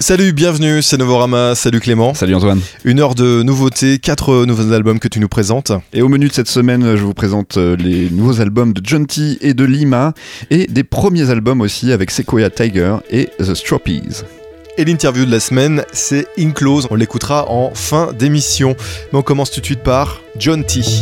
Salut, bienvenue, c'est Novorama, salut Clément. Salut Antoine. Une heure de nouveautés, 4 nouveaux albums que tu nous présentes. Et au menu de cette semaine, je vous présente les nouveaux albums de Jonty et de Lima, et des premiers albums aussi avec Sequoia Tiger et The Stroppies. Et l'interview de la semaine, c'est In Close, on l'écoutera en fin d'émission. Mais on commence tout de suite par Jonty.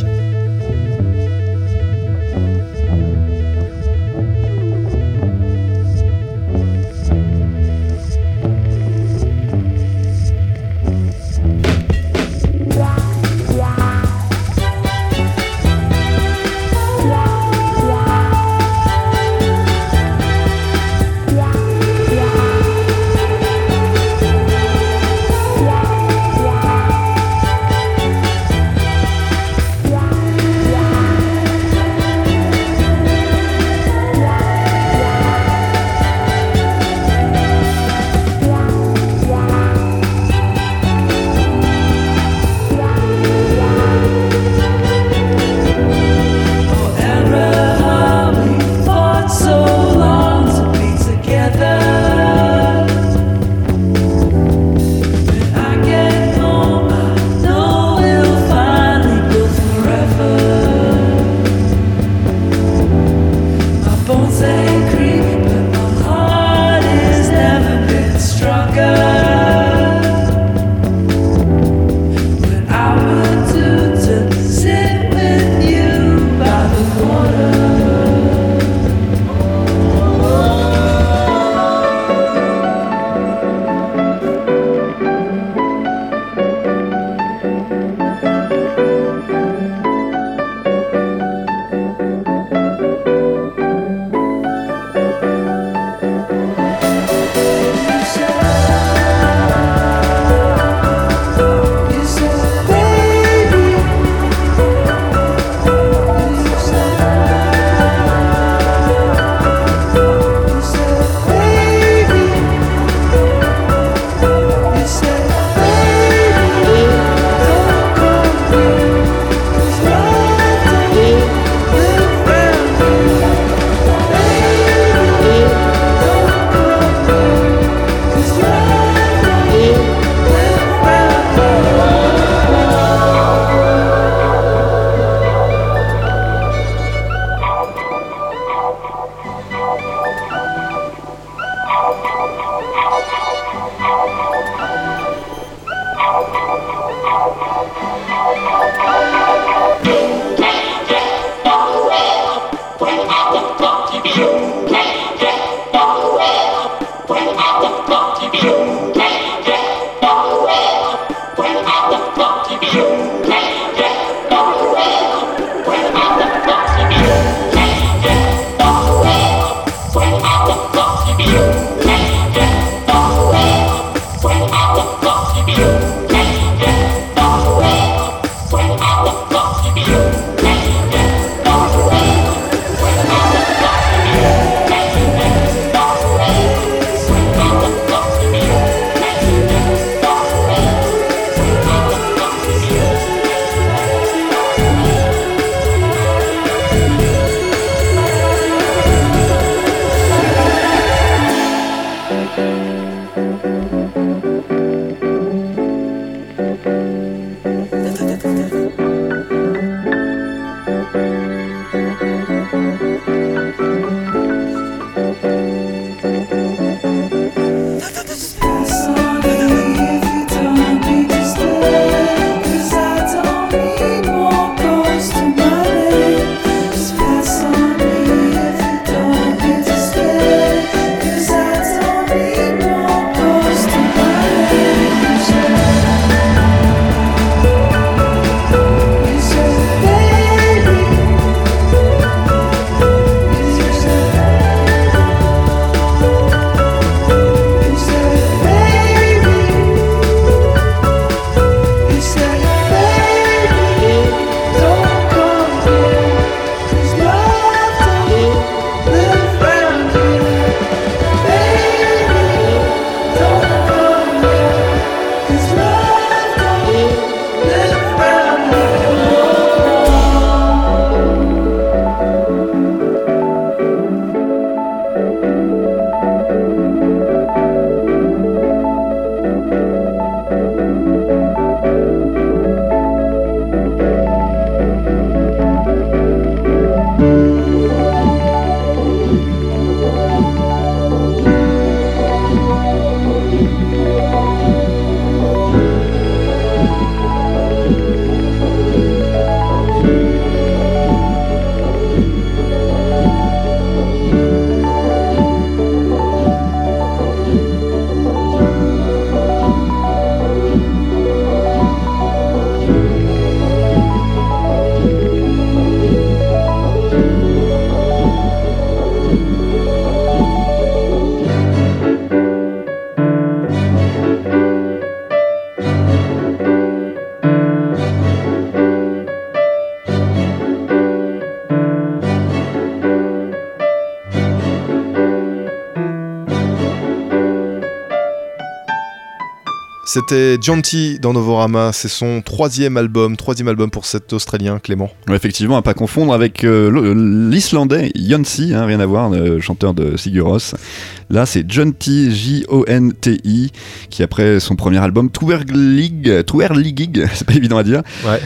C'était Jonty dans Novorama, c'est son troisième album pour cet Australien, Clément. Ouais, effectivement, à pas confondre avec l'Islandais Jonty, rien à voir, le chanteur de Sigur Rós. Là, c'est Jonty, Jonti, qui après son premier album, Twirligig, c'est pas évident à dire,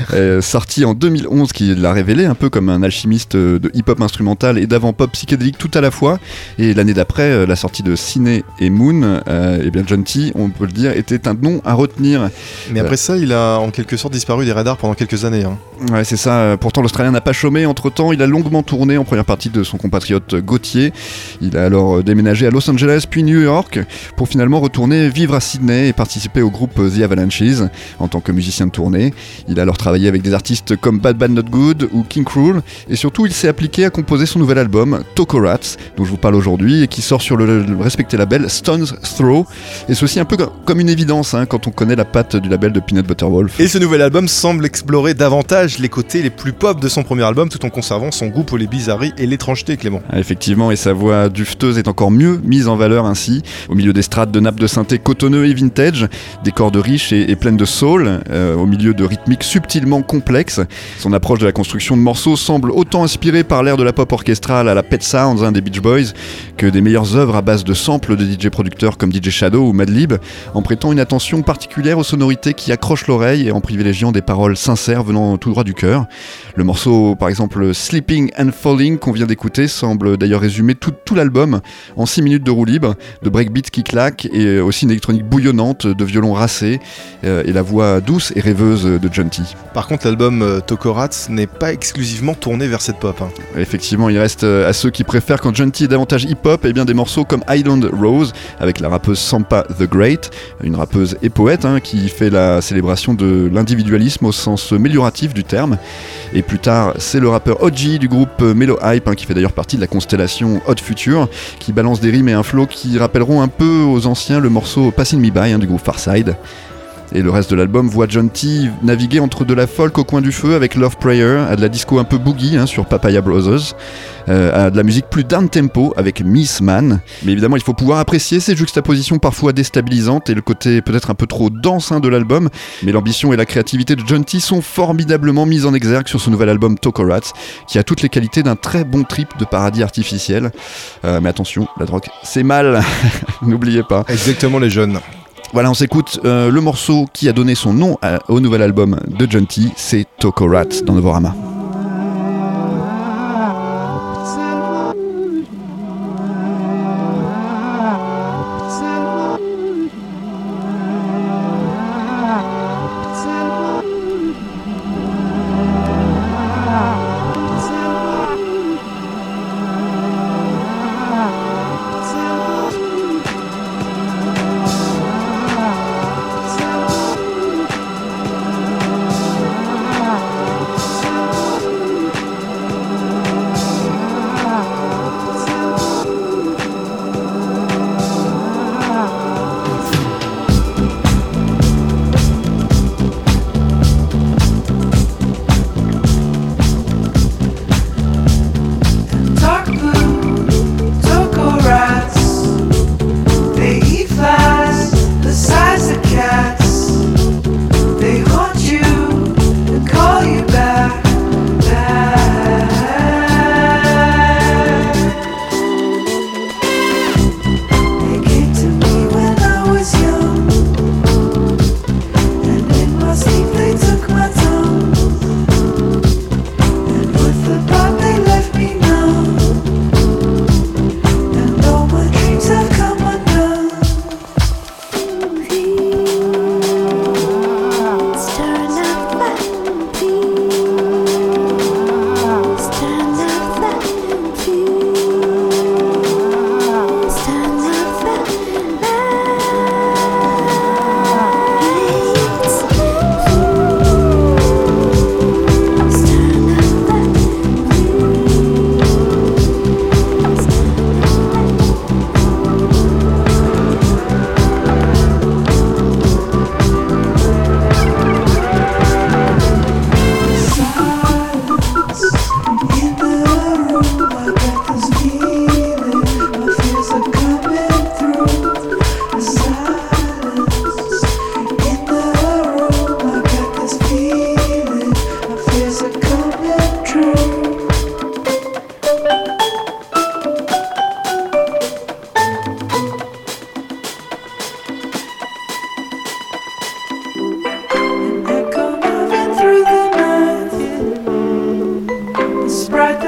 sorti en 2011, qui l'a révélé un peu comme un alchimiste de hip-hop instrumental et d'avant-pop psychédélique tout à la fois. Et l'année d'après, la sortie de Ciné et Moon, et bien Jonty, on peut le dire, était un nom à retenir. Mais après ça, il a en quelque sorte disparu des radars pendant quelques années. Ouais, c'est ça. Pourtant, l'Australien n'a pas chômé. Entre-temps, il a longuement tourné en première partie de son compatriote Gauthier. Il a alors déménagé à Los Angeles puis New York pour finalement retourner vivre à Sydney et participer au groupe The Avalanches en tant que musicien de tournée. Il a alors travaillé avec des artistes comme Bad Bad Not Good ou King Krul et surtout il s'est appliqué à composer son nouvel album Taco Rats, dont je vous parle aujourd'hui et qui sort sur le respecté label Stone's Throw. Et c'est aussi un peu comme une évidence quand on connaît la patte du label de Peanut Butter Wolf. Et ce nouvel album semble explorer davantage les côtés les plus pop de son premier album tout en conservant son goût pour les bizarreries et l'étrangeté, Clément. Effectivement, et sa voix dufteuse est encore mieux mise en valeur ainsi, au milieu des strates de nappes de synthé cotonneux et vintage, des cordes riches et pleines de soul, au milieu de rythmiques subtilement complexes. Son approche de la construction de morceaux semble autant inspirée par l'air de la pop orchestrale à la Pet Sounds des Beach Boys que des meilleures œuvres à base de samples de DJ producteurs comme DJ Shadow ou Madlib, en prêtant une attention particulière aux sonorités qui accrochent l'oreille et en privilégiant des paroles sincères venant tout droit du cœur. Le morceau, par exemple Sleeping and Falling, qu'on vient d'écouter, semble d'ailleurs résumer tout l'album en 6 minutes de roue libre, de breakbeats qui claquent et aussi une électronique bouillonnante, de violons racés et la voix douce et rêveuse de Jonty. Par contre, l'album Taco Rats n'est pas exclusivement tourné vers cette pop. Effectivement, il reste à ceux qui préfèrent quand Jonty est davantage hip-hop, et bien des morceaux comme Island Rose avec la rappeuse Sampa the Great, une rappeuse et poète qui fait la célébration de l'individualisme au sens amélioratif du terme. Et plus tard, c'est le rappeur OG du groupe Mellow Hype, qui fait d'ailleurs partie de la constellation Hot Future, qui balance des rimes et un flow qui rappelleront un peu aux anciens le morceau Passing Me By du groupe Farside. Et le reste de l'album voit Jonty naviguer entre de la folk au coin du feu avec Love Prayer, à de la disco un peu boogie sur Papaya Brothers, à de la musique plus down-tempo avec Miss Man. Mais évidemment, il faut pouvoir apprécier ces juxtapositions parfois déstabilisantes et le côté peut-être un peu trop dense de l'album. Mais l'ambition et la créativité de Jonty sont formidablement mises en exergue sur ce nouvel album Taco Rats, qui a toutes les qualités d'un très bon trip de paradis artificiel. Mais attention, la drogue, c'est mal, n'oubliez pas. Exactement, les jeunes. Voilà, on s'écoute le morceau qui a donné son nom au nouvel album de Jonty, c'est Taco Rats dans Novorama.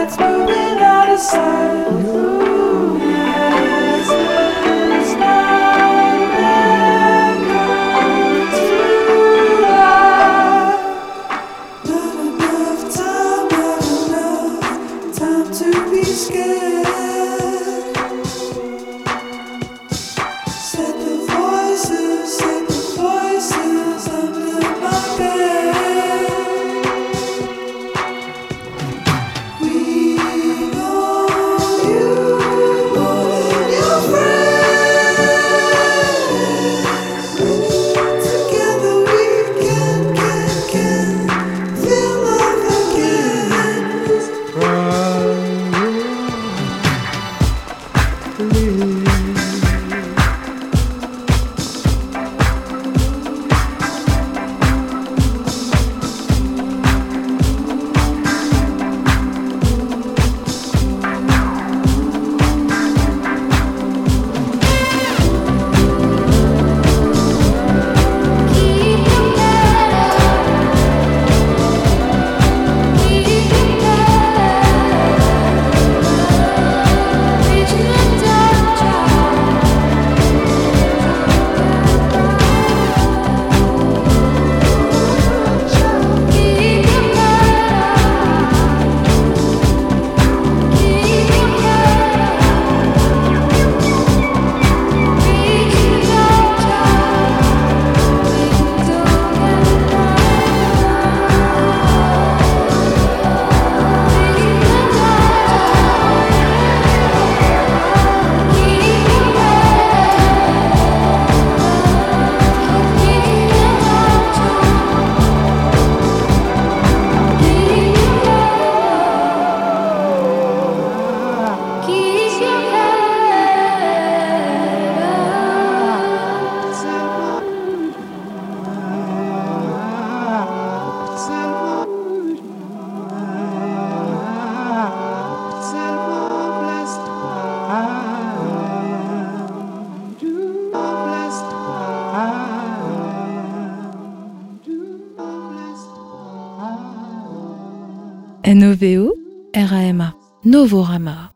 NOVO RAMA Novorama.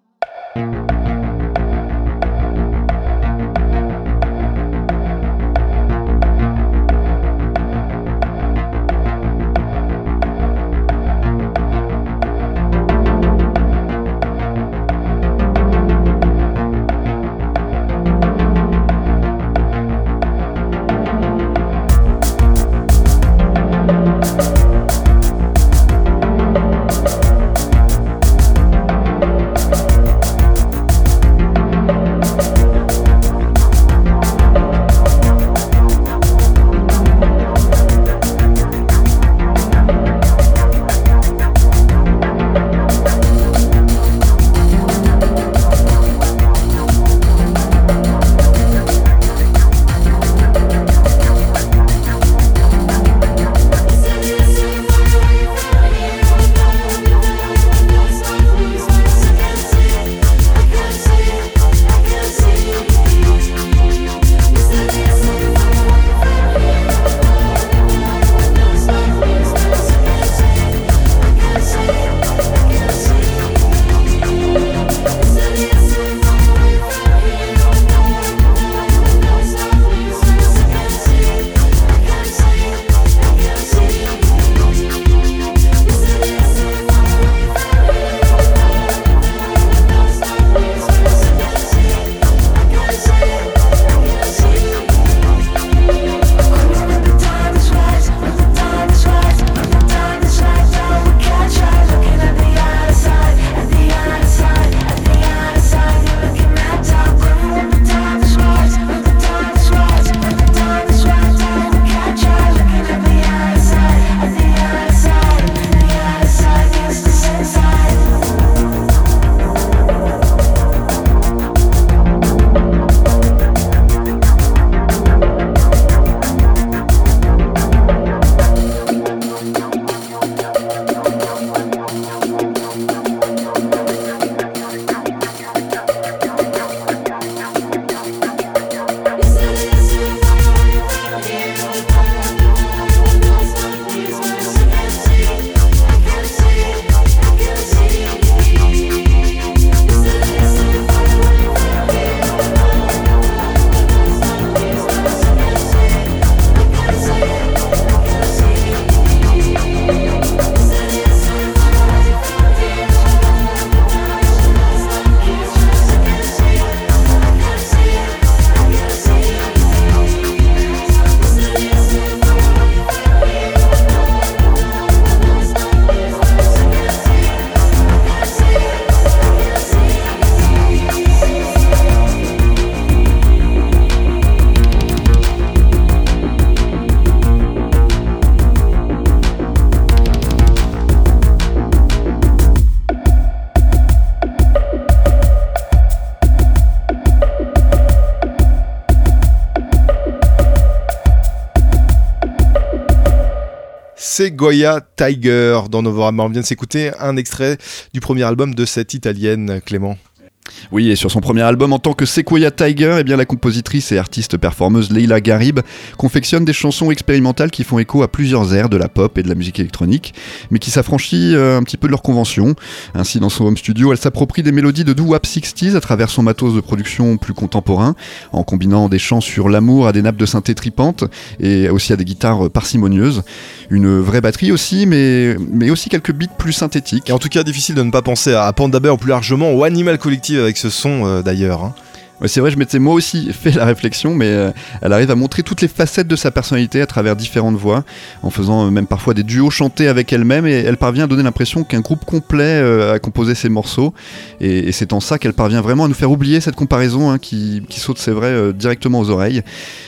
Sequoia Tiger dans Novorama. On vient de s'écouter un extrait du premier album de cette italienne, Clément. Oui, et sur son premier album en tant que Sequoia Tiger, eh bien, la compositrice et artiste performeuse Leila Garib confectionne des chansons expérimentales qui font écho à plusieurs airs de la pop et de la musique électronique, mais qui s'affranchit un petit peu de leurs conventions. Ainsi, dans son home studio, elle s'approprie des mélodies de doo-wop 60s à travers son matos de production plus contemporain, en combinant des chants sur l'amour à des nappes de synthé tripantes et aussi à des guitares parcimonieuses. Une vraie batterie aussi, mais aussi quelques beats plus synthétiques. Et en tout cas, difficile de ne pas penser à Panda Bear ou plus largement au Animal Collective avec ce son d'ailleurs. Hein. Ouais, c'est vrai, je m'étais moi aussi fait la réflexion, mais elle arrive à montrer toutes les facettes de sa personnalité à travers différentes voix, en faisant même parfois des duos chantés avec elle-même, et elle parvient à donner l'impression qu'un groupe complet a composé ses morceaux, et c'est en ça qu'elle parvient vraiment à nous faire oublier cette comparaison hein, qui saute, c'est vrai, directement aux oreilles.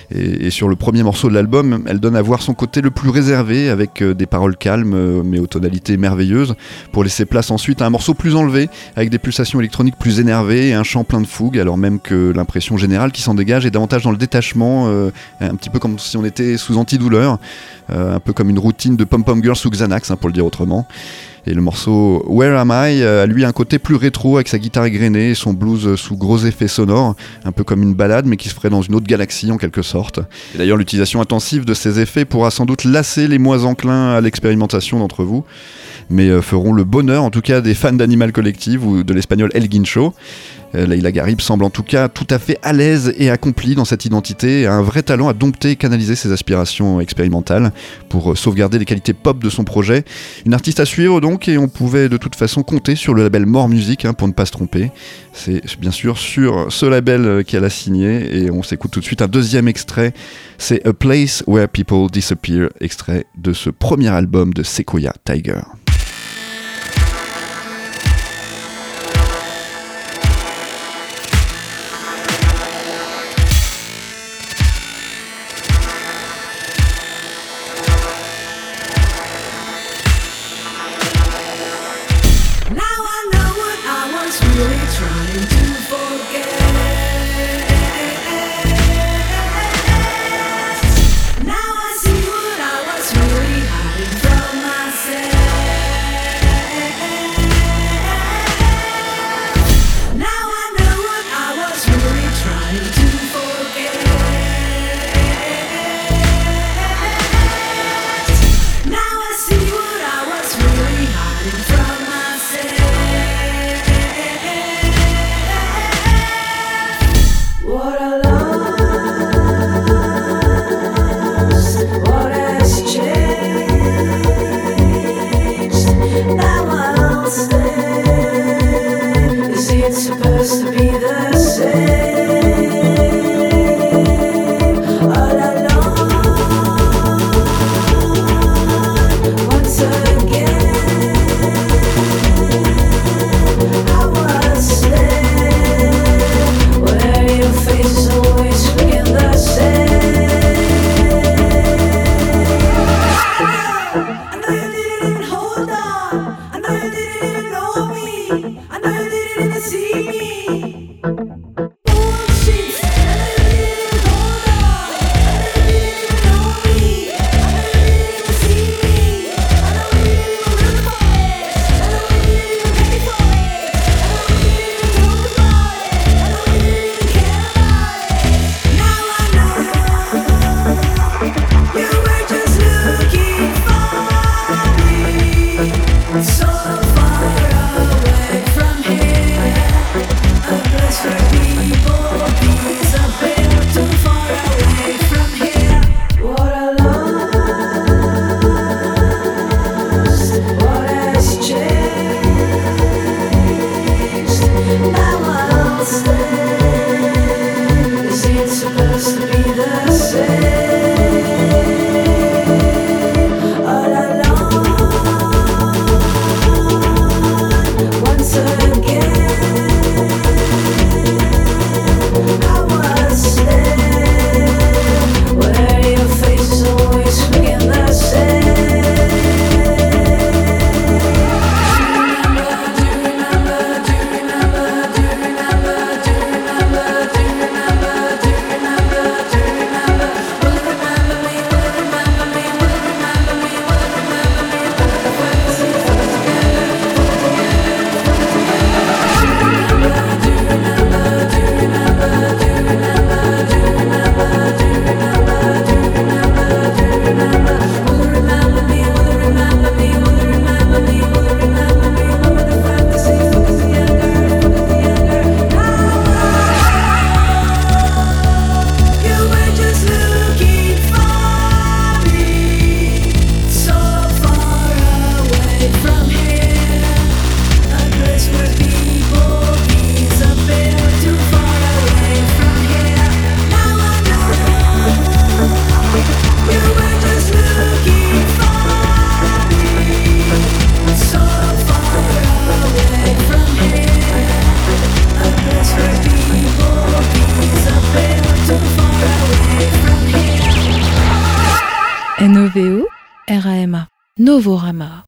Et sur le premier morceau de l'album, elle donne à voir son côté le plus réservé, avec des paroles calmes, mais aux tonalités merveilleuses, pour laisser place ensuite à un morceau plus enlevé, avec des pulsations électroniques plus énervées et un chant plein de fougue, alors même que l'impression générale qui s'en dégage est davantage dans le détachement, un petit peu comme si on était sous antidouleur, un peu comme une routine de Pom-Pom Girl sous Xanax, pour le dire autrement. Et le morceau Where Am I a lui un côté plus rétro avec sa guitare égrenée et son blues sous gros effets sonores, un peu comme une balade mais qui se ferait dans une autre galaxie en quelque sorte. Et d'ailleurs l'utilisation intensive de ces effets pourra sans doute lasser les moins enclins à l'expérimentation d'entre vous, mais feront le bonheur en tout cas des fans d'Animal Collective ou de l'espagnol El Guincho. Leila Garib semble en tout cas tout à fait à l'aise et accomplie dans cette identité, et a un vrai talent à dompter et canaliser ses aspirations expérimentales pour sauvegarder les qualités pop de son projet. Une artiste à suivre donc, et on pouvait de toute façon compter sur le label More Music pour ne pas se tromper. C'est bien sûr sur ce label qu'elle a signé, et on s'écoute tout de suite un deuxième extrait, c'est A Place Where People Disappear, extrait de ce premier album de Sequoia Tiger. RAMA, Novorama.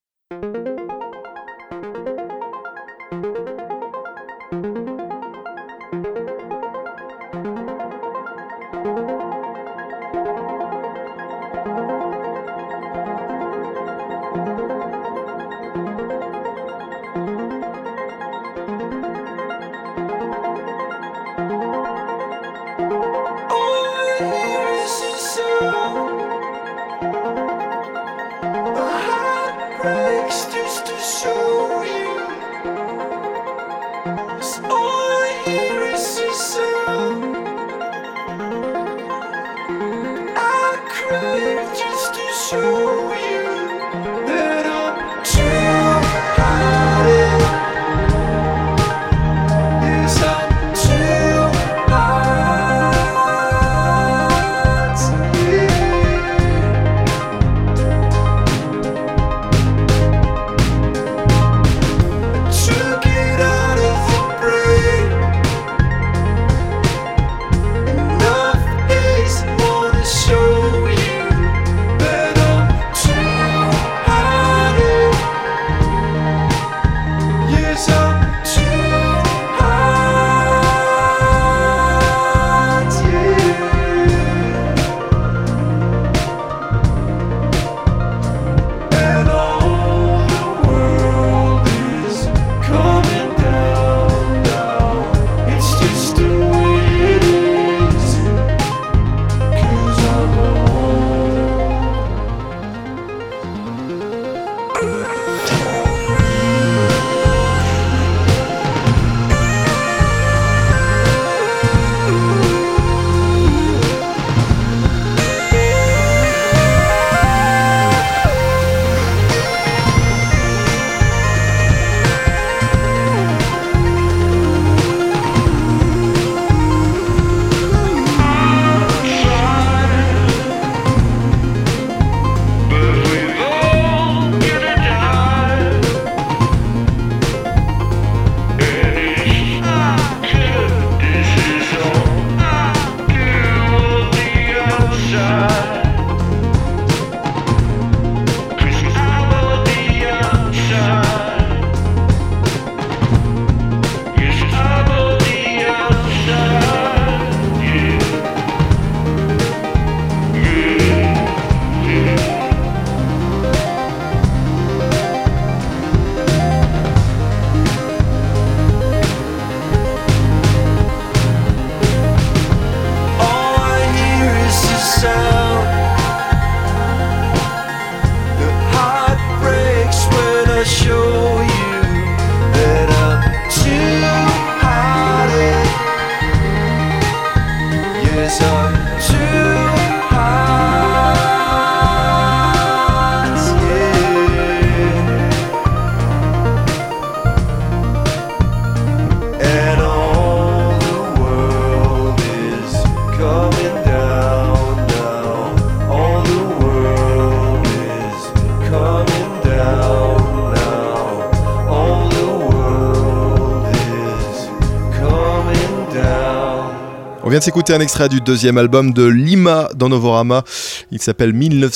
On vient de s'écouter un extrait du deuxième album de Lima dans Novorama. Il s'appelle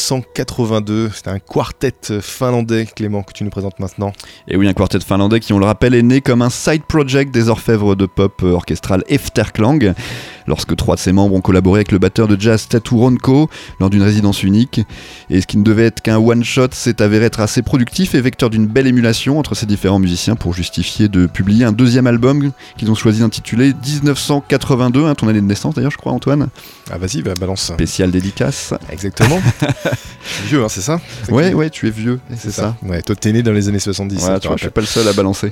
1982. C'est un quartet finlandais, Clément, que tu nous présentes maintenant. Et oui, un quartet finlandais qui, on le rappelle, est né comme un side project des orfèvres de pop orchestral Efterklang, lorsque 3 de ses membres ont collaboré avec le batteur de jazz Tatu Ronko lors d'une résidence unique. Et ce qui ne devait être qu'un one-shot s'est avéré être assez productif et vecteur d'une belle émulation entre ces différents musiciens pour justifier de publier un deuxième album qu'ils ont choisi d'intituler 1982, ton année de naissance d'ailleurs, je crois, Antoine. Ah vas-y, balance. Spécial dédicace. Exactement. Je suis vieux, c'est ça? Ouais, tu es vieux, c'est ça. Ouais, toi t'es né dans les années 70. Ouais, tu vois, je suis pas le seul à balancer.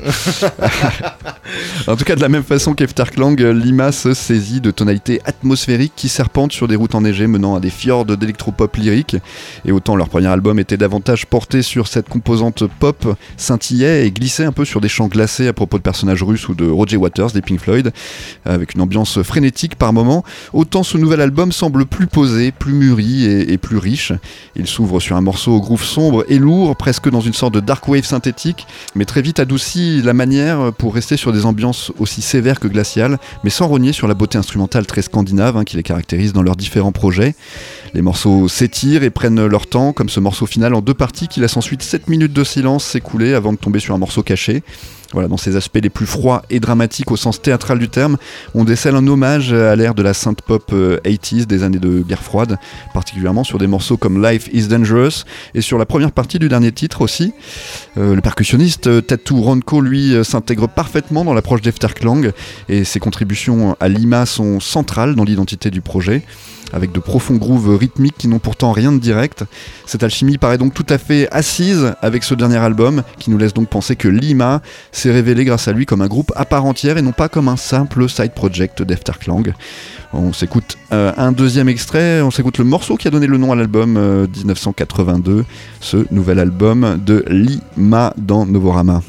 En tout cas, de la même façon qu'Efterklang, Lima se saisit de tonalités atmosphériques qui serpentent sur des routes enneigées menant à des fjords d'électropop lyrique. Et autant leur premier album était davantage porté sur cette composante pop, scintillait et glissait un peu sur des chants glacés à propos de personnages russes ou de Roger Waters des Pink Floyd, avec une ambiance frénétique par moments, autant ce nouvel album semble plus posé, plus mûri et plus riche. Il s'ouvre sur un morceau au groove sombre et lourd, presque dans une sorte de dark wave synthétique, mais très vite adoucit la manière pour rester sur des ambiances aussi sévères que glaciales, mais sans rogner sur la beauté instrumentale instrumentale très scandinave qui les caractérise dans leurs différents projets. Les morceaux s'étirent et prennent leur temps, comme ce morceau final en 2 parties qui laisse ensuite 7 minutes de silence s'écouler avant de tomber sur un morceau caché. Voilà, dans ses aspects les plus froids et dramatiques au sens théâtral du terme, on décèle un hommage à l'ère de la synth pop 80s des années de guerre froide, particulièrement sur des morceaux comme Life is Dangerous et sur la première partie du dernier titre aussi. Le percussionniste Tatu Ronco, lui, s'intègre parfaitement dans l'approche d'Efterklang et ses contributions à Lima sont centrales dans l'identité du projet, avec de profonds grooves rythmiques qui n'ont pourtant rien de direct. Cette alchimie paraît donc tout à fait assise avec ce dernier album, qui nous laisse donc penser que Lima s'est révélé grâce à lui comme un groupe à part entière et non pas comme un simple side project d'Efterklang. On s'écoute un deuxième extrait, on s'écoute le morceau qui a donné le nom à l'album 1982, ce nouvel album de Lima dans Novorama.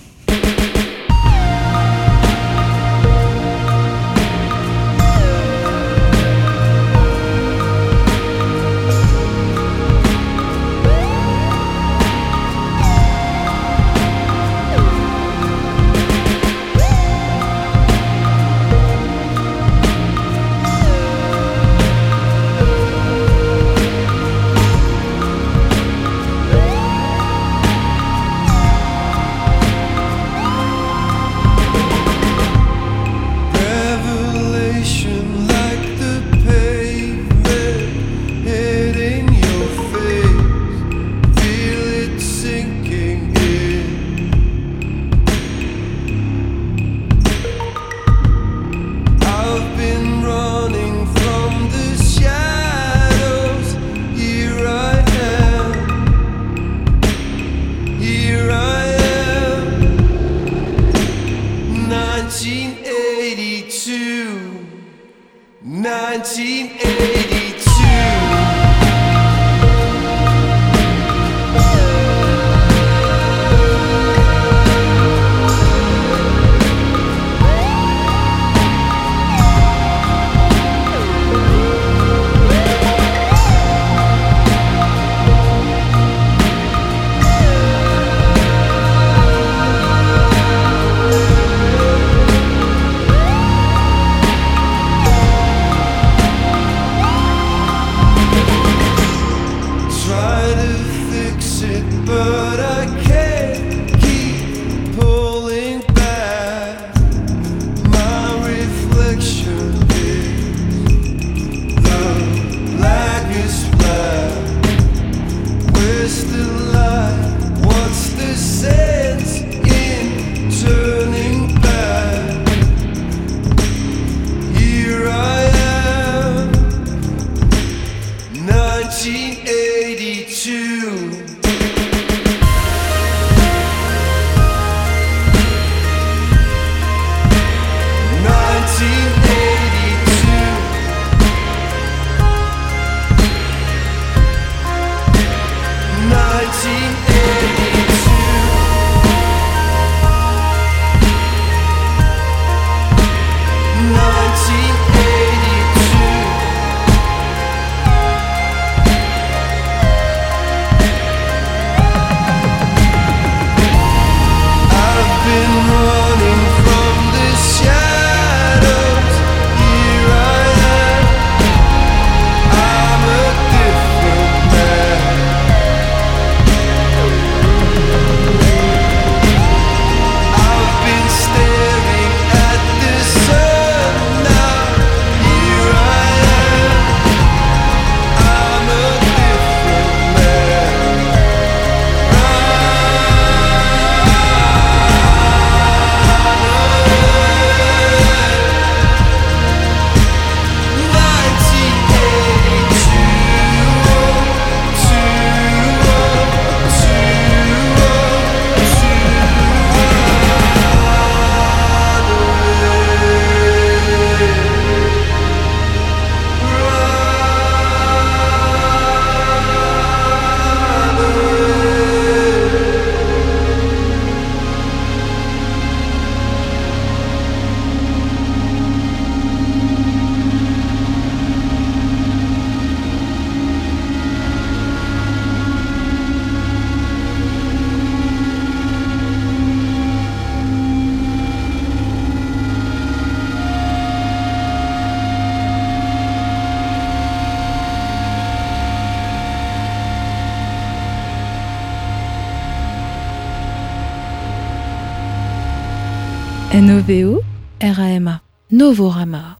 Novorama. Novorama.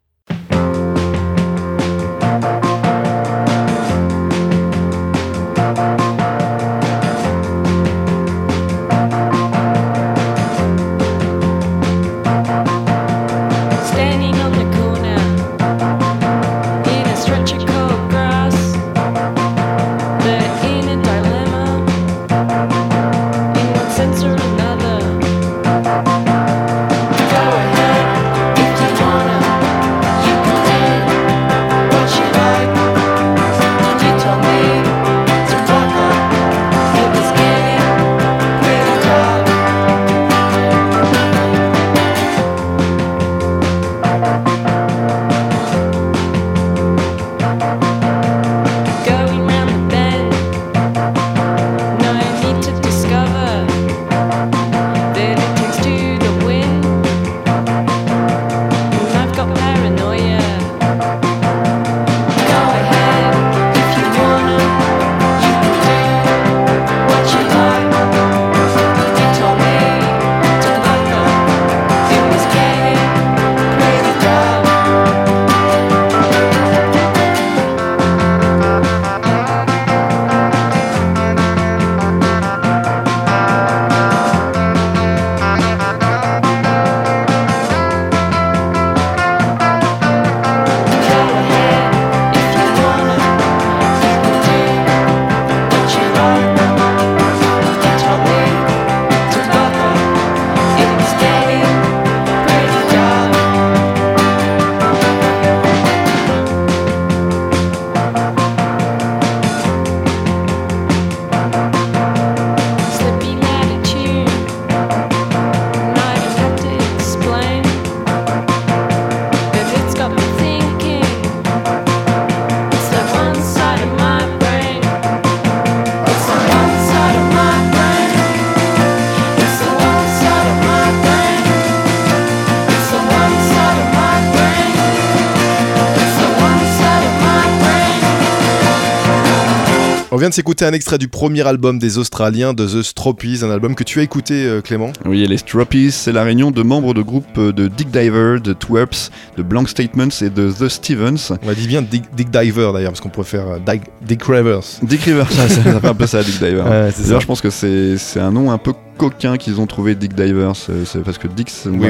On vient de s'écouter un extrait du premier album des Australiens de The Stroppies, un album que tu as écouté, Clément. Oui, et les Stroppies, c'est la réunion de membres de groupes de Dick Diver, de Twerps, de Blank Statements et de The Stevens. On a dit bien Dick Diver d'ailleurs, parce qu'on pourrait faire Dick Rivers. Dick Rivers, ça fait un peu ça, Dick Diver. Ouais, d'ailleurs, je pense que c'est un nom un peu coquin qu'ils ont trouvé, Dick Diver. C'est parce que Dick,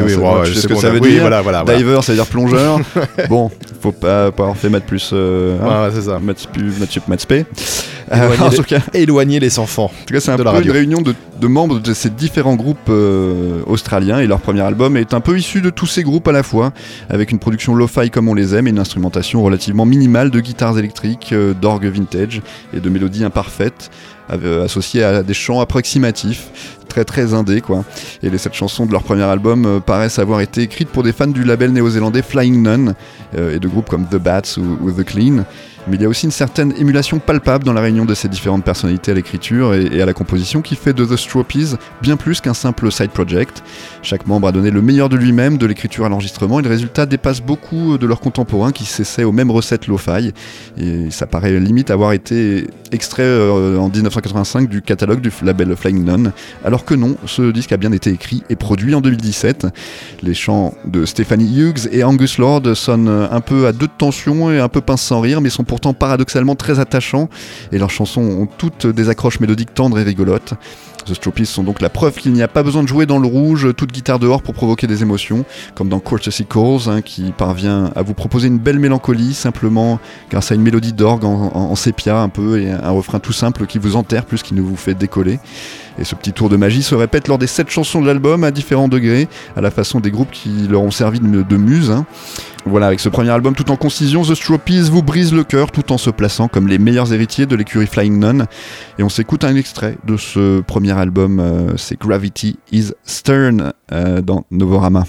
je sais ce que ça veut dire. Voilà. Diver, ça veut dire plongeur. Bon, faut pas avoir fait maths plus. C'est ça. Maths P. Éloigner les enfants. En tout cas, c'est un peu une réunion de membres de ces différents groupes australiens, et leur premier album est un peu issu de tous ces groupes à la fois, avec une production lo-fi comme on les aime et une instrumentation relativement minimale de guitares électriques, d'orgues vintage et de mélodies imparfaites, associées à des chants approximatifs, très très indé quoi. Et les 7 chansons de leur premier album paraissent avoir été écrites pour des fans du label néo-zélandais Flying Nun et de groupes comme The Bats ou The Clean. Mais il y a aussi une certaine émulation palpable dans la réunion de ces différentes personnalités à l'écriture et à la composition qui fait de The Stroppies bien plus qu'un simple side project. Chaque membre a donné le meilleur de lui-même, de l'écriture à l'enregistrement, et le résultat dépasse beaucoup de leurs contemporains qui s'essaient aux mêmes recettes lo-fi. Et ça paraît limite avoir été extrait en 1985 du catalogue du label Flying Nun, alors que non, ce disque a bien été écrit et produit en 2017. Les chants de Stephanie Hughes et Angus Lord sonnent un peu à deux de tension et un peu pince sans rire, mais sont pourtant paradoxalement très attachants, et leurs chansons ont toutes des accroches mélodiques tendres et rigolotes. The Stroppies sont donc la preuve qu'il n'y a pas besoin de jouer dans le rouge, toute guitare dehors pour provoquer des émotions, comme dans Courtesy Calls, qui parvient à vous proposer une belle mélancolie simplement grâce à une mélodie d'orgue en sépia un peu et un refrain tout simple qui vous enterre plus qu'il ne vous fait décoller. Et ce petit tour de magie se répète lors des 7 chansons de l'album à différents degrés, à la façon des groupes qui leur ont servi de muse. Voilà, avec ce premier album tout en concision, The Stroppies vous brise le cœur tout en se plaçant comme les meilleurs héritiers de l'écurie Flying Nun. Et on s'écoute un extrait de ce premier album, c'est Gravity is Stern dans Novorama.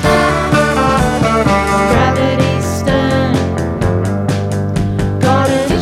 Got it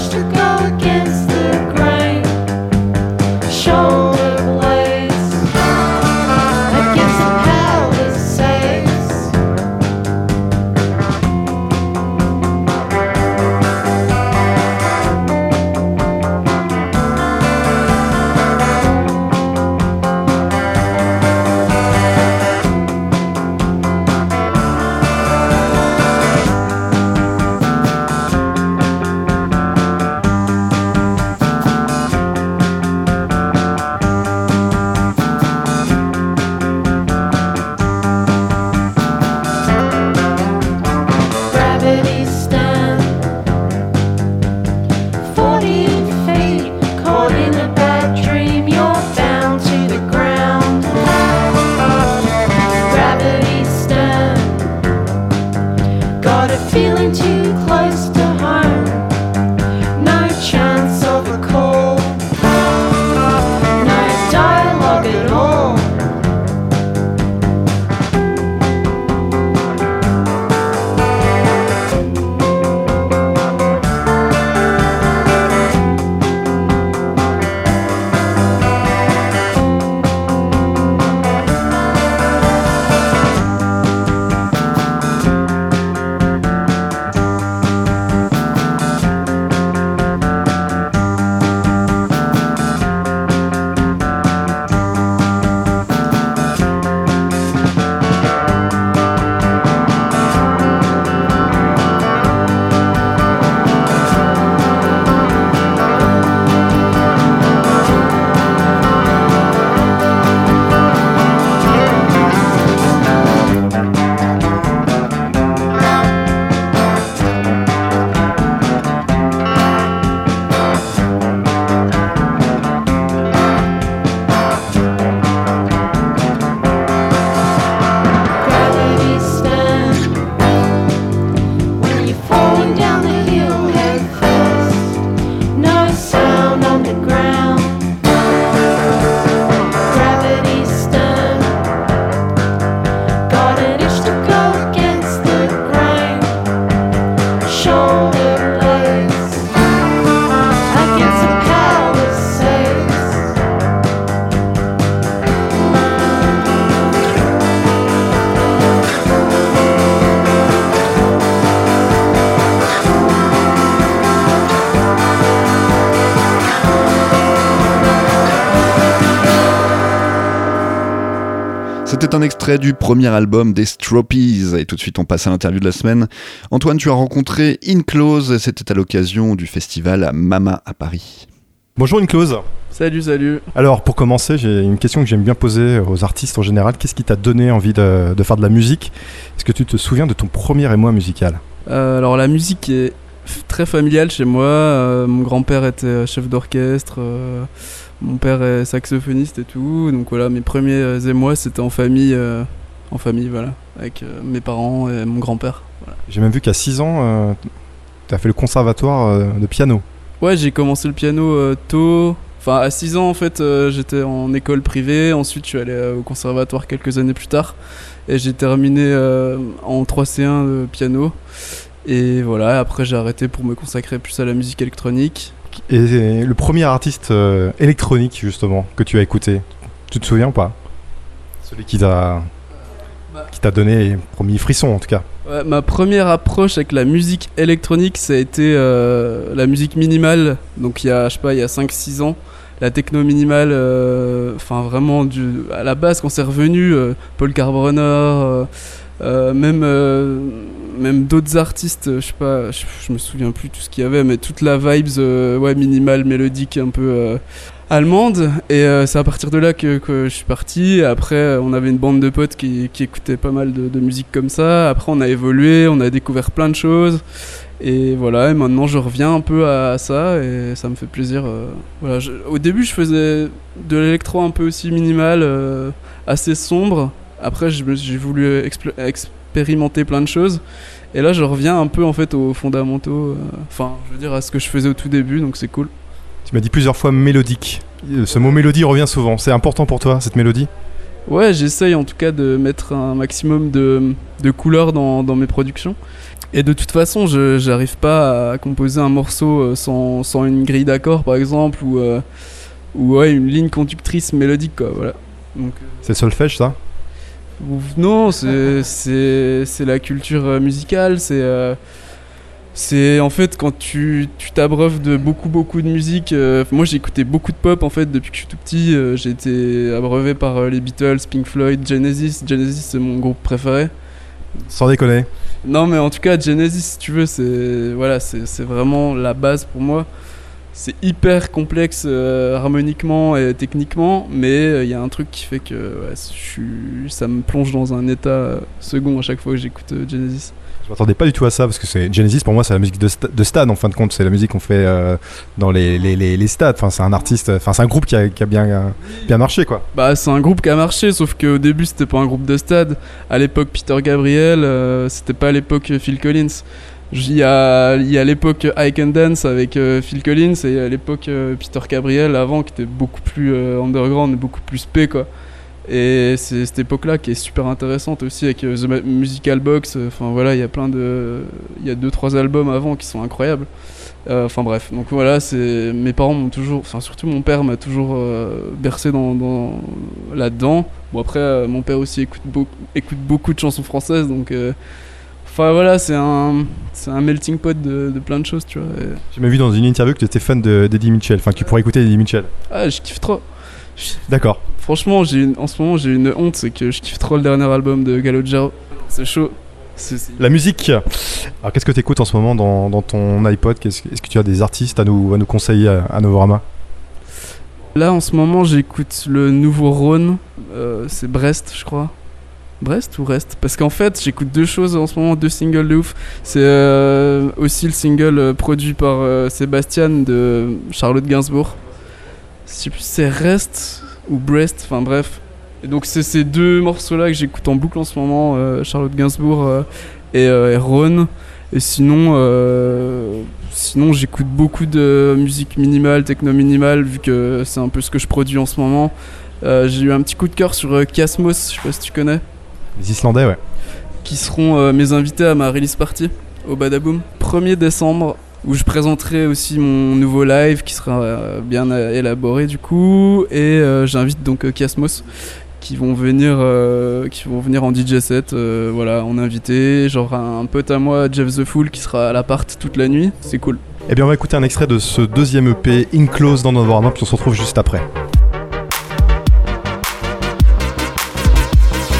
C'était un extrait du premier album des Stropies. Et tout de suite, on passe à l'interview de la semaine. Antoine, tu as rencontré Inclose. C'était à l'occasion du festival Mama à Paris. Bonjour Inclose. Salut. Alors pour commencer, j'ai une question que j'aime bien poser aux artistes en général. Qu'est-ce qui t'a donné envie de faire de la musique ? Est-ce que tu te souviens de ton premier émoi musical ? Alors la musique est très familiale chez moi. Mon grand-père était chef d'orchestre, mon père est saxophoniste et tout. Donc voilà, mes premiers émois c'était en famille voilà, avec mes parents et mon grand-père. Voilà. J'ai même vu qu'à 6 ans, tu as fait le conservatoire de piano. Ouais, j'ai commencé le piano tôt. Enfin, à 6 ans, en fait, j'étais en école privée. Ensuite, je suis allé au conservatoire quelques années plus tard. Et j'ai terminé en 3C1 de piano. Et voilà, après, j'ai arrêté pour me consacrer plus à la musique électronique. Et le premier artiste électronique, justement, que tu as écouté, tu te souviens ou pas ? Celui qui t'a donné les premiers frissons, en tout cas. Ouais, ma première approche avec la musique électronique, ça a été la musique minimale. Donc il y a 5-6 ans. La techno minimale, vraiment à la base quand c'est revenu, Paul Carbonner, même d'autres artistes, je me souviens plus tout ce qu'il y avait, mais toute la vibes minimale, mélodique, un peu allemande. Et c'est à partir de là que je suis parti. Après, on avait une bande de potes qui écoutaient pas mal de musique comme ça. Après, on a évolué, on a découvert plein de choses. Et voilà, et maintenant je reviens un peu à ça et ça me fait plaisir. Voilà, au début, je faisais de l'électro un peu aussi minimal, assez sombre. Après, j'ai voulu expérimenter plein de choses. Et là, je reviens un peu en fait aux fondamentaux. À ce que je faisais au tout début, donc c'est cool. Tu m'as dit plusieurs fois mélodique. Ce mot mélodie revient souvent. C'est important pour toi, cette mélodie ? Ouais, j'essaye en tout cas de mettre un maximum de couleurs dans mes productions. Et de toute façon, j'arrive pas à composer un morceau sans une grille d'accords, par exemple, ou une ligne conductrice mélodique, quoi, voilà. Donc, c'est le solfège, ça ? Non, c'est la culture musicale, c'est en fait quand tu t'abreuves de beaucoup de musique. Moi j'ai écouté beaucoup de pop en fait depuis que je suis tout petit. J'ai été abreuvé par les Beatles, Pink Floyd, Genesis. Genesis c'est mon groupe préféré. Sans déconner. Non mais en tout cas Genesis si tu veux c'est vraiment la base pour moi. C'est hyper complexe harmoniquement et techniquement, mais il y a un truc qui fait que ça me plonge dans un état second à chaque fois que j'écoute Genesis. Je m'attendais pas du tout à ça parce que Genesis pour moi c'est la musique de stade en fin de compte, c'est la musique qu'on fait dans les stades. Enfin c'est un artiste, c'est un groupe qui a bien marché quoi. Bah c'est un groupe qui a marché sauf qu'au début c'était pas un groupe de stade. À l'époque Peter Gabriel, c'était pas à l'époque Phil Collins. Il y a l'époque I Can Dance avec Phil Collins et à l'époque Peter Gabriel avant qui était beaucoup plus underground et beaucoup plus spé quoi. Et c'est cette époque-là qui est super intéressante aussi avec The Musical Box. Enfin voilà, il y a 2-3 albums avant qui sont incroyables. Bref, donc voilà, mes parents m'ont toujours, surtout mon père m'a toujours bercé dans là-dedans. Bon après, mon père aussi écoute beaucoup de chansons françaises, donc. Voilà, c'est un melting pot de plein de choses, tu vois. J'ai même vu dans une interview que tu étais fan d'Eddie Mitchell, enfin que tu pourrais écouter Eddie Mitchell. Ah, je kiffe trop. D'accord. Franchement, en ce moment, j'ai une honte, c'est que je kiffe trop le dernier album de Calogero. C'est chaud. La musique. Alors, qu'est-ce que tu écoutes en ce moment dans ton iPod ? Est-ce que tu as des artistes à nous conseiller à Novorama ? Là, en ce moment, j'écoute le nouveau Rhône. C'est Brest, je crois. Brest ou Rest ? Parce qu'en fait, j'écoute deux choses en ce moment, 2 singles de ouf. C'est aussi le single produit par Sébastien de Charlotte Gainsbourg. Je sais plus si c'est Rest ou Brest, enfin bref. Et donc c'est ces deux morceaux-là que j'écoute en boucle en ce moment, Charlotte Gainsbourg et Rhône. Et sinon j'écoute beaucoup de musique minimale, techno minimale, vu que c'est un peu ce que je produis en ce moment. J'ai eu un petit coup de cœur sur Kiasmos, je sais pas si tu connais. Les Islandais, ouais. Qui seront mes invités à ma release party au Badaboom, 1er décembre, où je présenterai aussi mon nouveau live qui sera bien élaboré du coup. Et j'invite donc Kiasmos qui vont venir en DJ set, en invité. Genre un pote à moi, Jeff The Fool, qui sera à l'appart toute la nuit. C'est cool. Eh bien, on va écouter un extrait de ce deuxième EP, Inclose dans Novorama, puis on se retrouve juste après.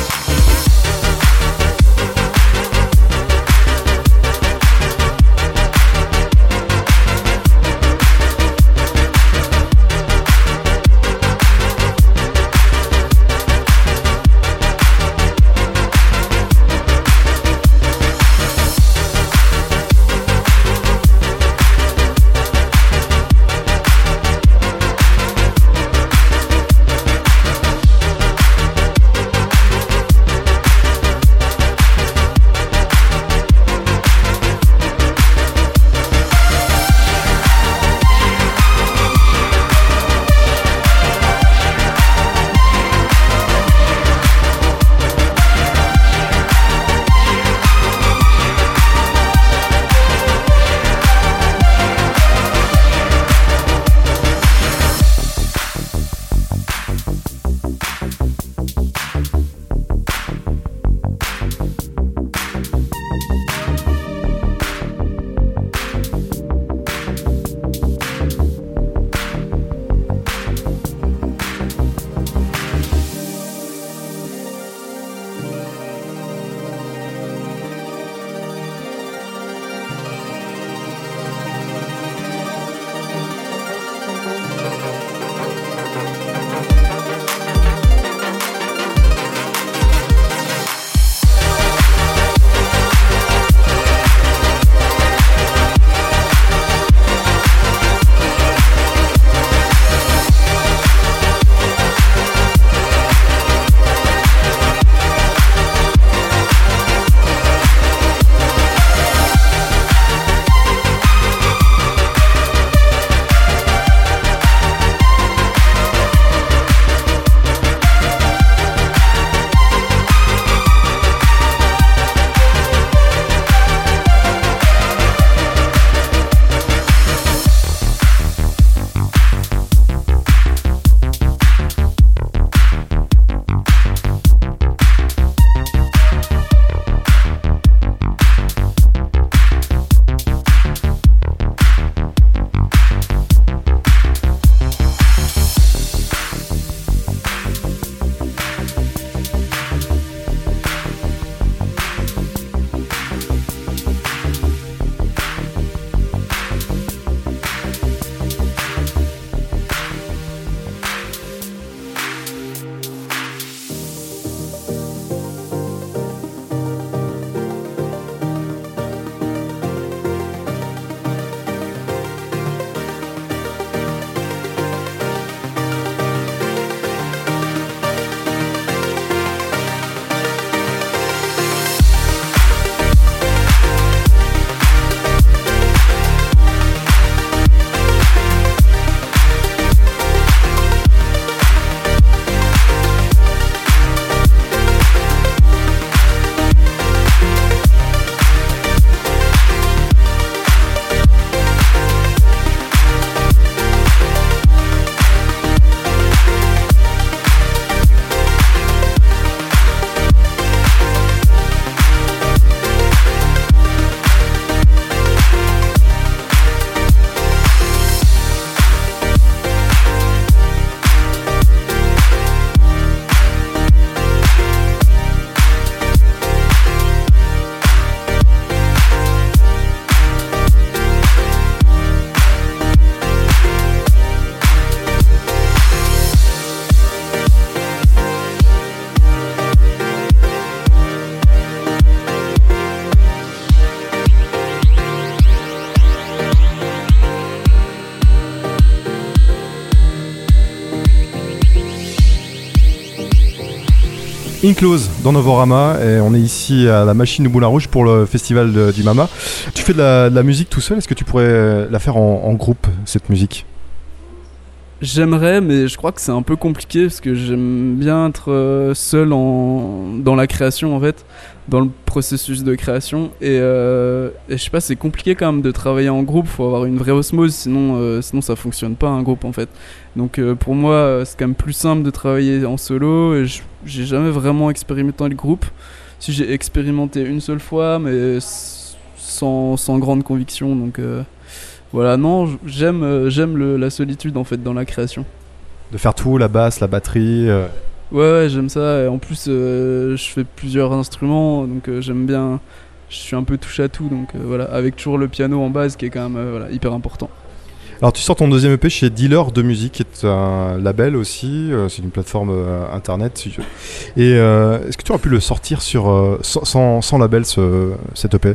Inclose dans Novorama et on est ici à la machine du Moulin Rouge pour le festival du Mama. Tu fais de la musique tout seul, est-ce que tu pourrais la faire en groupe, cette musique ? J'aimerais, mais je crois que c'est un peu compliqué parce que j'aime bien être seul dans la création en fait, dans le processus de création et je sais pas, c'est compliqué quand même de travailler en groupe, faut avoir une vraie osmose, sinon ça fonctionne pas un groupe en fait. Donc pour moi c'est quand même plus simple de travailler en solo et j'ai jamais vraiment expérimenté le groupe. Si j'ai expérimenté une seule fois mais sans grande conviction, donc voilà, non, j'aime la solitude en fait dans la création. De faire tout, la basse, la batterie Ouais, j'aime ça. Et en plus, je fais plusieurs instruments, donc j'aime bien. Je suis un peu touche à tout, donc voilà, avec toujours le piano en base qui est quand même voilà, hyper important. Alors tu sors ton deuxième EP chez Dealer de musique, qui est un label aussi, c'est une plateforme internet. Et est-ce que tu aurais pu le sortir sans label cet EP ?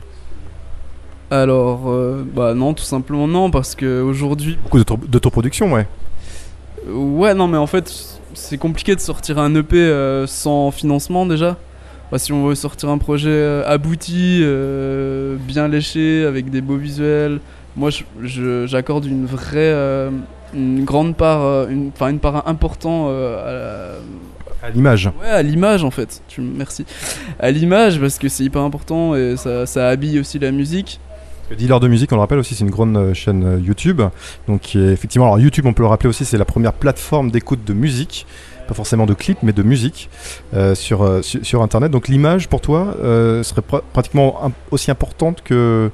Alors, bah non, tout simplement non, parce qu'aujourd'hui... Beaucoup d'autoproduction, ouais. Ouais, non, mais en fait, c'est compliqué de sortir un EP sans financement déjà. Bah, si on veut sortir un projet abouti, bien léché, avec des beaux visuels, moi j'accorde une grande part, une part importante à l'image. Ouais, à l'image en fait. Merci. À l'image parce que c'est hyper important et ça habille aussi la musique. Le Dealer de musique, on le rappelle aussi, c'est une grande chaîne YouTube. Donc qui est effectivement, alors YouTube, on peut le rappeler aussi, c'est la première plateforme d'écoute de musique, pas forcément de clips, mais de musique sur Internet. Donc l'image pour toi serait pratiquement aussi importante que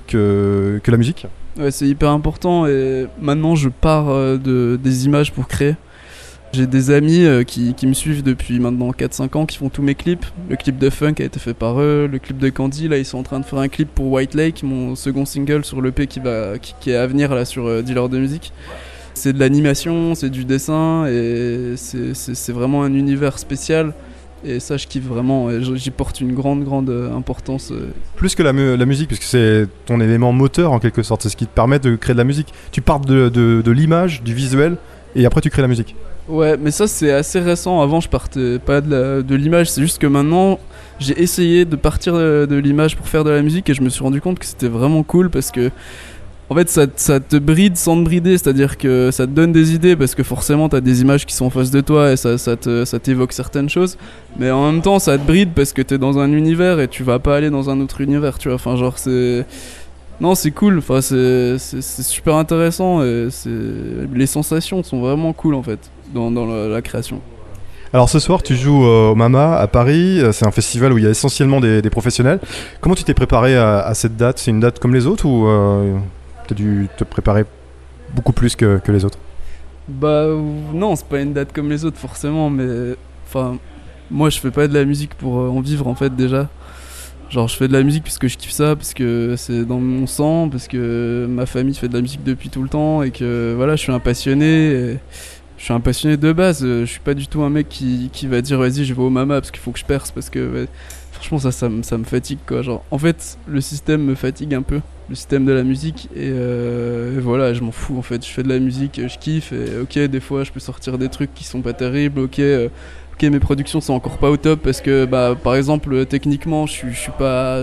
la musique. Ouais, c'est hyper important et maintenant je pars des images pour créer. J'ai des amis qui me suivent depuis maintenant 4-5 ans, qui font tous mes clips. Le clip de Funk a été fait par eux, le clip de Candy, là ils sont en train de faire un clip pour White Lake, mon second single sur l'EP qui est à venir là sur Dealer de musique. C'est de l'animation, c'est du dessin et c'est vraiment un univers spécial. Et ça je kiffe vraiment, et j'y porte une grande importance. Plus que la musique, puisque c'est ton élément moteur en quelque sorte, c'est ce qui te permet de créer de la musique. Tu pars de l'image, du visuel, et après tu crées la musique. Ouais, mais ça c'est assez récent. Avant je partais pas de l'image, c'est juste que maintenant j'ai essayé de partir de l'image pour faire de la musique et je me suis rendu compte que c'était vraiment cool parce que en fait ça te bride sans te brider, c'est-à-dire que ça te donne des idées parce que forcément t'as des images qui sont en face de toi et ça t'évoque certaines choses, mais en même temps ça te bride parce que t'es dans un univers et tu vas pas aller dans un autre univers, tu vois, enfin genre c'est... Non, c'est cool, enfin, c'est super intéressant et les sensations sont vraiment cool en fait dans la création. Alors ce soir tu joues au Mama à Paris, c'est un festival où il y a essentiellement des professionnels. Comment tu t'es préparé à cette date ? C'est une date comme les autres ou tu as dû te préparer beaucoup plus que les autres ? Bah non, c'est pas une date comme les autres forcément, mais enfin moi je fais pas de la musique pour en vivre en fait déjà. Genre je fais de la musique parce que je kiffe ça, parce que c'est dans mon sang, parce que ma famille fait de la musique depuis tout le temps et que voilà, je suis un passionné. Je suis un passionné de base, je suis pas du tout un mec qui va dire vas-y je vais au Mama parce qu'il faut que je perce, parce que ouais, franchement ça me fatigue quoi. Genre en fait le système me fatigue un peu, le système de la musique et voilà, je m'en fous en fait, je fais de la musique, je kiffe et ok des fois je peux sortir des trucs qui sont pas terribles, ok mes productions sont encore pas au top parce que bah par exemple techniquement je suis pas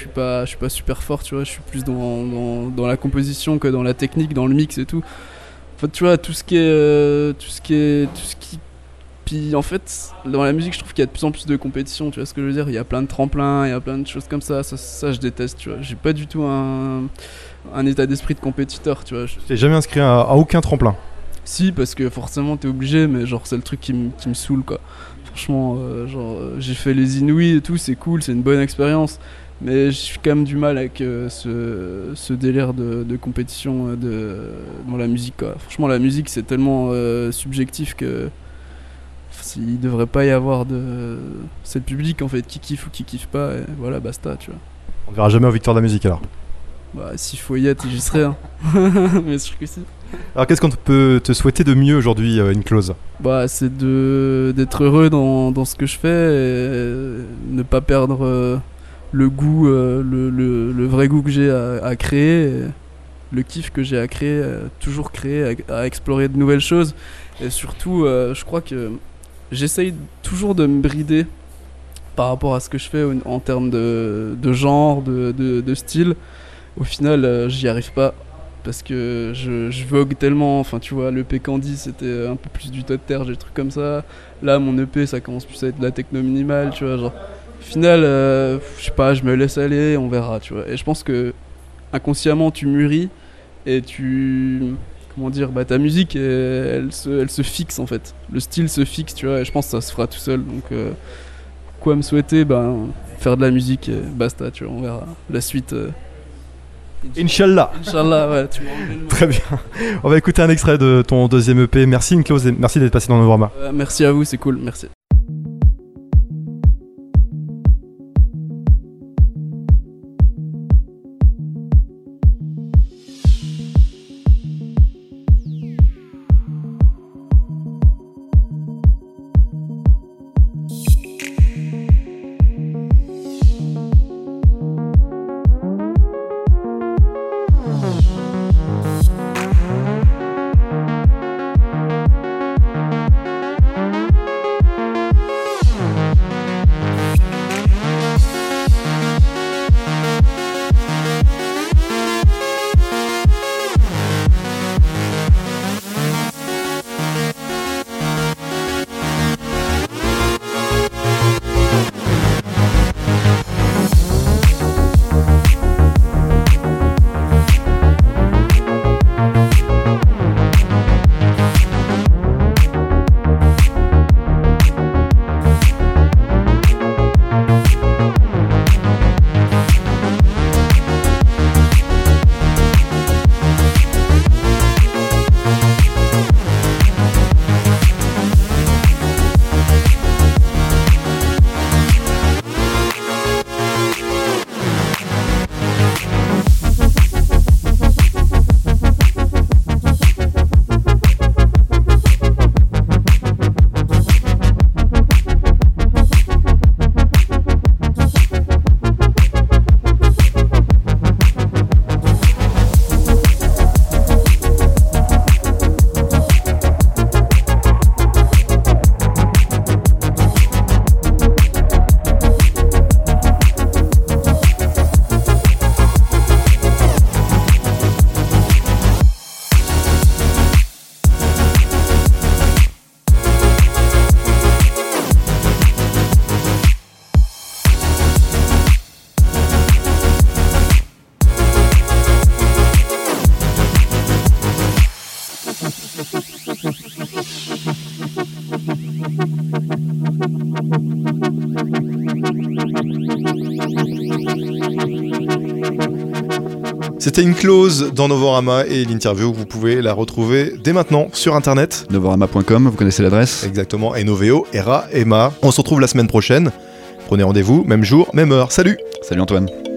super fort, tu vois, je suis plus dans la composition que dans la technique, dans le mix et tout. En fait, tu vois, tout ce qui puis en fait dans la musique je trouve qu'il y a de plus en plus de compétition, tu vois ce que je veux dire, il y a plein de tremplins, il y a plein de choses comme ça je déteste, tu vois, j'ai pas du tout un état d'esprit de compétiteur, tu vois. T'es jamais inscrit à aucun tremplin ? Si, parce que forcément t'es obligé, mais genre c'est le truc qui me saoule quoi. Franchement, j'ai fait les Inouïs et tout, c'est cool, c'est une bonne expérience, mais j'ai quand même du mal avec ce délire de compétition dans la musique quoi. Franchement la musique c'est tellement subjectif que il devrait pas y avoir c'est le public en fait qui kiffe ou qui kiffe pas et voilà basta, tu vois. On ne verra jamais aux Victoires de la musique alors. Bah s'il faut y être j'y serai hein. Bien sûr que si. Alors qu'est-ce qu'on peut te souhaiter de mieux aujourd'hui, Inclose ? Bah c'est d'être heureux dans ce que je fais et ne pas perdre le goût, le vrai goût que j'ai à créer, le kiff que j'ai à créer, toujours créer, à explorer de nouvelles choses. Et surtout, je crois que j'essaye toujours de me brider par rapport à ce que je fais en termes de genre, de style, au final, j'y arrive pas. Parce que je vogue tellement, enfin tu vois, l'EP Candy c'était un peu plus du tas de terre, des trucs comme ça. Là, mon EP ça commence plus à être de la techno minimale, tu vois, genre. Au final, je sais pas, je me laisse aller, on verra, tu vois. Et je pense que inconsciemment tu mûris et comment dire, bah ta musique elle se fixe en fait. Le style se fixe, tu vois, et je pense que ça se fera tout seul. Donc quoi me souhaiter, faire de la musique et basta, tu vois, on verra. La suite. Inch'Allah. Inch'Allah, ouais, tu m'as enlevé le mot. Très bien. On va écouter un extrait de ton deuxième EP. Merci Inclose et merci d'être passé dans Novorama. Merci à vous, c'est cool, merci. C'était Inclose dans Novorama et l'interview, vous pouvez la retrouver dès maintenant sur internet. Novorama.com, vous connaissez l'adresse. Exactement, Noveo, Era, Emma. On se retrouve la semaine prochaine. Prenez rendez-vous, même jour, même heure. Salut! Salut Antoine.